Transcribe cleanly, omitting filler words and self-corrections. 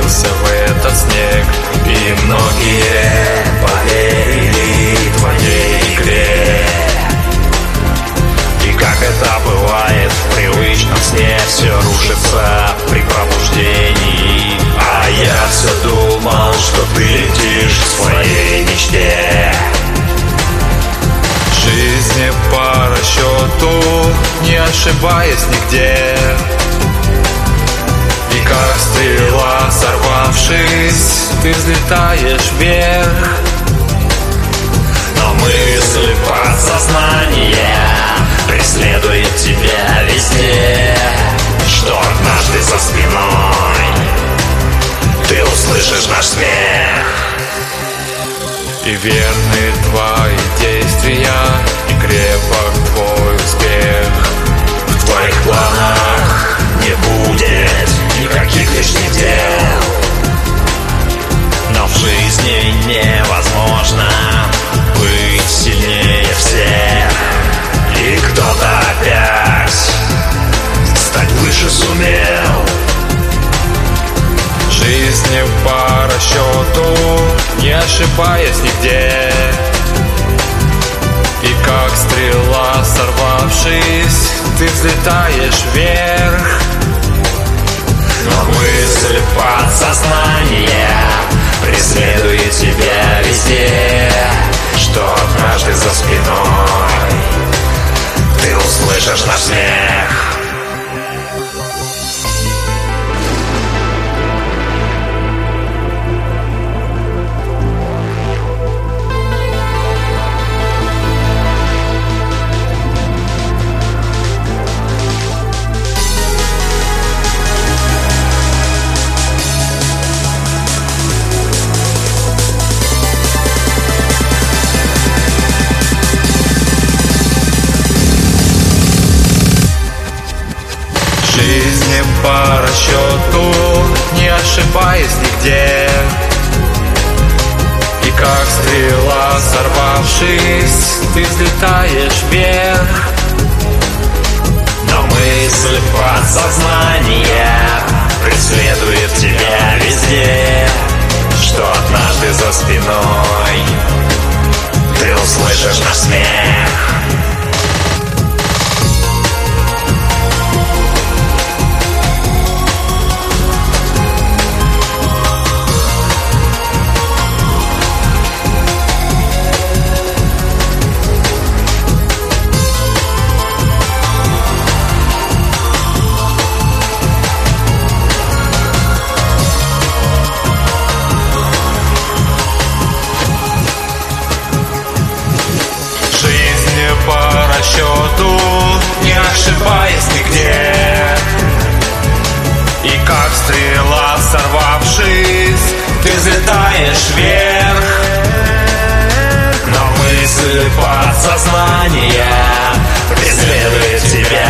провалился в этот снег. И многие поверили твоей игре. И как это бывает в привычном сне, все рушится при пробуждении. А я все думал, что ты летишь к своей мечте. Жизнь не по расчету, не ошибаясь нигде. И как стрела, сорвавшись, ты взлетаешь вверх. Но мысль подсознания преследует тебя везде, что однажды за спиной ты услышишь наш смех. И верны твои действия, и крепок твой успех. В твоих планах не будет никаких лишних дел. Но в жизни невозможно быть сильнее всех. И кто-то опять стать выше сумел. Жизнь не по расчету, не ошибаясь нигде. И как стрела, сорвавшись, ты взлетаешь вверх. Но мысль подсознания преследует тебя везде, что однажды за спиной ты услышишь наш смех. Жизнь не по расчету, не ошибаясь нигде. И как стрела, сорвавшись, ты взлетаешь вверх. Но мысль подсознания преследует тебя везде, что однажды за спиной ты услышишь наш смех. По расчету, не ошибаясь нигде. И как стрела, сорвавшись, ты взлетаешь вверх. Но мысль подсознания преследует тебя